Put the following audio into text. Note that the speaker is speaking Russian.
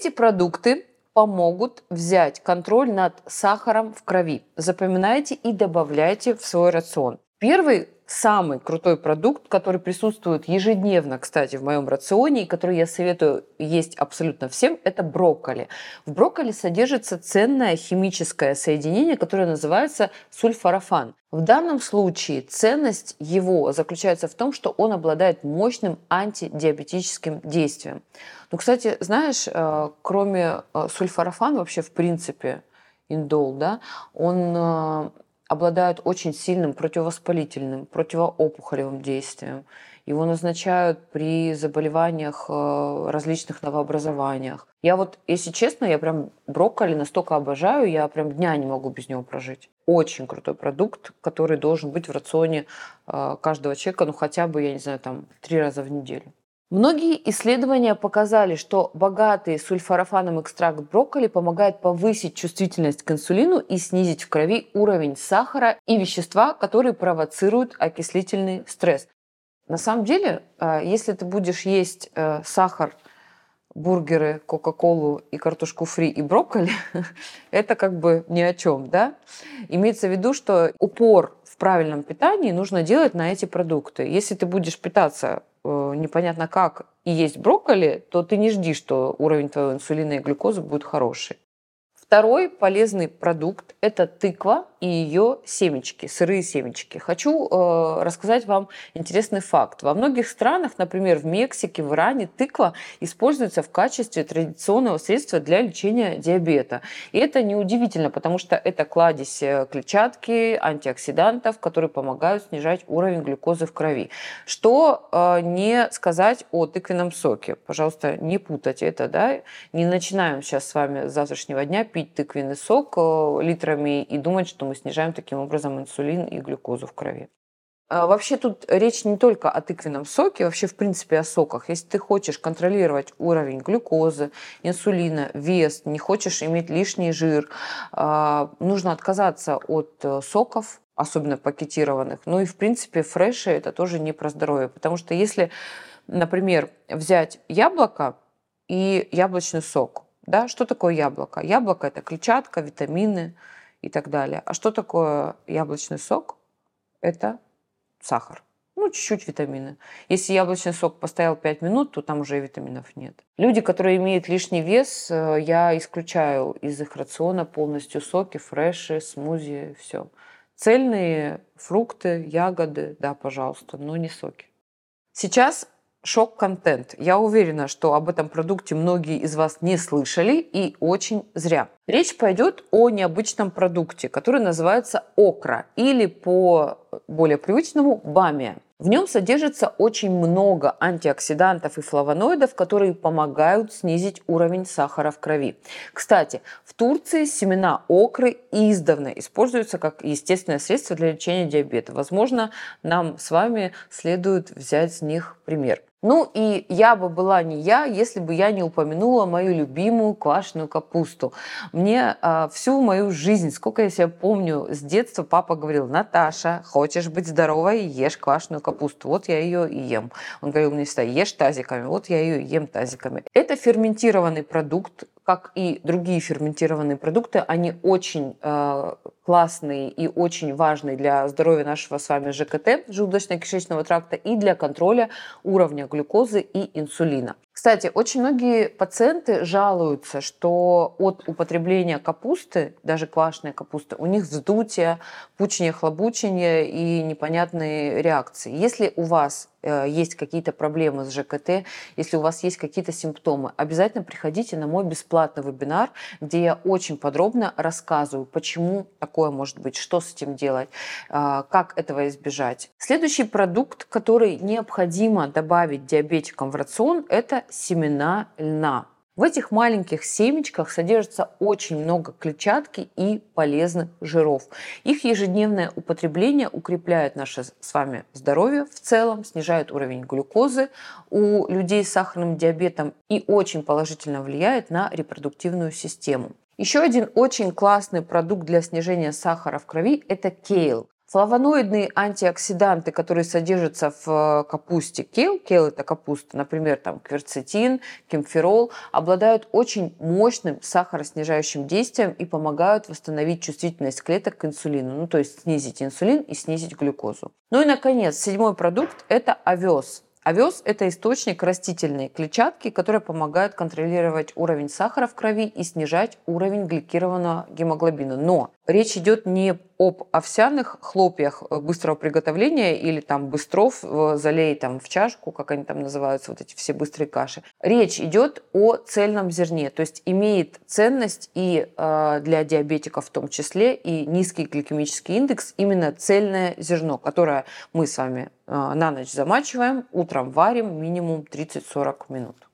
Эти продукты помогут взять контроль над сахаром в крови. Запоминайте и добавляйте в свой рацион. Первый самый крутой продукт, который присутствует ежедневно, кстати, в моем рационе, и который я советую есть абсолютно всем, это брокколи. В брокколи содержится ценное химическое соединение, которое называется сульфорафан. В данном случае ценность его заключается в том, что он обладает мощным антидиабетическим действием. Ну, кстати, знаешь, кроме сульфорафана вообще в принципе индол, да, он обладает очень сильным противовоспалительным, противоопухолевым действием. Его назначают при заболеваниях, различных новообразованиях. Я вот, если честно, я прям брокколи настолько обожаю, я прям дня не могу без него прожить. Очень крутой продукт, который должен быть в рационе каждого человека, ну хотя бы, я не знаю, там 3 раза в неделю. Многие исследования показали, что богатый сульфорафаном экстракт брокколи помогает повысить чувствительность к инсулину и снизить в крови уровень сахара и вещества, которые провоцируют окислительный стресс. На самом деле, если ты будешь есть сахар, бургеры, кока-колу и картошку фри и брокколи, это как бы ни о чем, да? Имеется в виду, что упор в правильном питании нужно делать на эти продукты. Если ты будешь питаться непонятно как и есть брокколи, то ты не жди, что уровень твоего инсулина и глюкозы будет хороший. Второй полезный продукт – это тыква и ее семечки, сырые семечки. Хочу рассказать вам интересный факт. Во многих странах, например, в Мексике, в Иране, тыква используется в качестве традиционного средства для лечения диабета. И это неудивительно, потому что это кладезь клетчатки, антиоксидантов, которые помогают снижать уровень глюкозы в крови. Что не сказать о тыквенном соке. Пожалуйста, не путать это, да? Не начинаем сейчас с вами с завтрашнего дня пить тыквенный сок литрами и думать, что мы снижаем таким образом инсулин и глюкозу в крови. Вообще тут речь не только о тыквенном соке, вообще в принципе о соках. Если ты хочешь контролировать уровень глюкозы, инсулина, вес, не хочешь иметь лишний жир, нужно отказаться от соков, особенно пакетированных. Ну и в принципе фреши это тоже не про здоровье, потому что если, например, взять яблоко и яблочный сок, да, что такое яблоко? Яблоко – это клетчатка, витамины и так далее. А что такое яблочный сок? Это сахар. Ну, чуть-чуть витамины. Если яблочный сок постоял 5 минут, то там уже и витаминов нет. Люди, которые имеют лишний вес, я исключаю из их рациона полностью соки, фреши, смузи, все. Цельные фрукты, ягоды, да, пожалуйста, но не соки. Сейчас шок-контент. Я уверена, что об этом продукте многие из вас не слышали и очень зря. Речь пойдет о необычном продукте, который называется окра или по более привычному бамия. В нем содержится очень много антиоксидантов и флавоноидов, которые помогают снизить уровень сахара в крови. Кстати, в Турции семена окры издавна используются как естественное средство для лечения диабета. Возможно, нам с вами следует взять с них пример. Ну и я бы была не я, если бы я не упомянула мою любимую квашеную капусту. Мне всю мою жизнь, сколько я себя помню, с детства папа говорил: Наташа, хочешь быть здоровой, ешь квашеную капусту. Вот я ее и ем. Он говорил мне всегда: ешь тазиками. Вот я ее ем тазиками. Это ферментированный продукт, как и другие ферментированные продукты. Они очень классные и очень важные для здоровья нашего с вами ЖКТ, желудочно-кишечного тракта, и для контроля уровня глюкозы и инсулина. Кстати, очень многие пациенты жалуются, что от употребления капусты, даже квашеной капусты, у них вздутие, пучение, хлобучение и непонятные реакции. Если у вас есть какие-то проблемы с ЖКТ, если у вас есть какие-то симптомы, обязательно приходите на мой бесплатный вебинар, где я очень подробно рассказываю, почему такое может быть, что с этим делать, как этого избежать. Следующий продукт, который необходимо добавить диабетикам в рацион, это семена льна. В этих маленьких семечках содержится очень много клетчатки и полезных жиров. Их ежедневное употребление укрепляет наше с вами здоровье в целом, снижает уровень глюкозы у людей с сахарным диабетом и очень положительно влияет на репродуктивную систему. Еще один очень классный продукт для снижения сахара в крови – это кейл. Флавоноидные антиоксиданты, которые содержатся в капусте кейл, кейл это капуста, например, там кверцетин, кемфирол, обладают очень мощным сахароснижающим действием и помогают восстановить чувствительность клеток к инсулину, ну то есть снизить инсулин и снизить глюкозу. Ну и наконец, седьмой продукт – это овес. Овес – это источник растительной клетчатки, которая помогает контролировать уровень сахара в крови и снижать уровень гликированного гемоглобина. Но речь идет не об овсяных хлопьях быстрого приготовления или там быстров, залей там в чашку, как они там называются, вот эти все быстрые каши. Речь идет о цельном зерне, то есть имеет ценность и для диабетиков в том числе, и низкий гликемический индекс именно цельное зерно, которое мы с вами на ночь замачиваем, утром варим минимум 30-40 минут.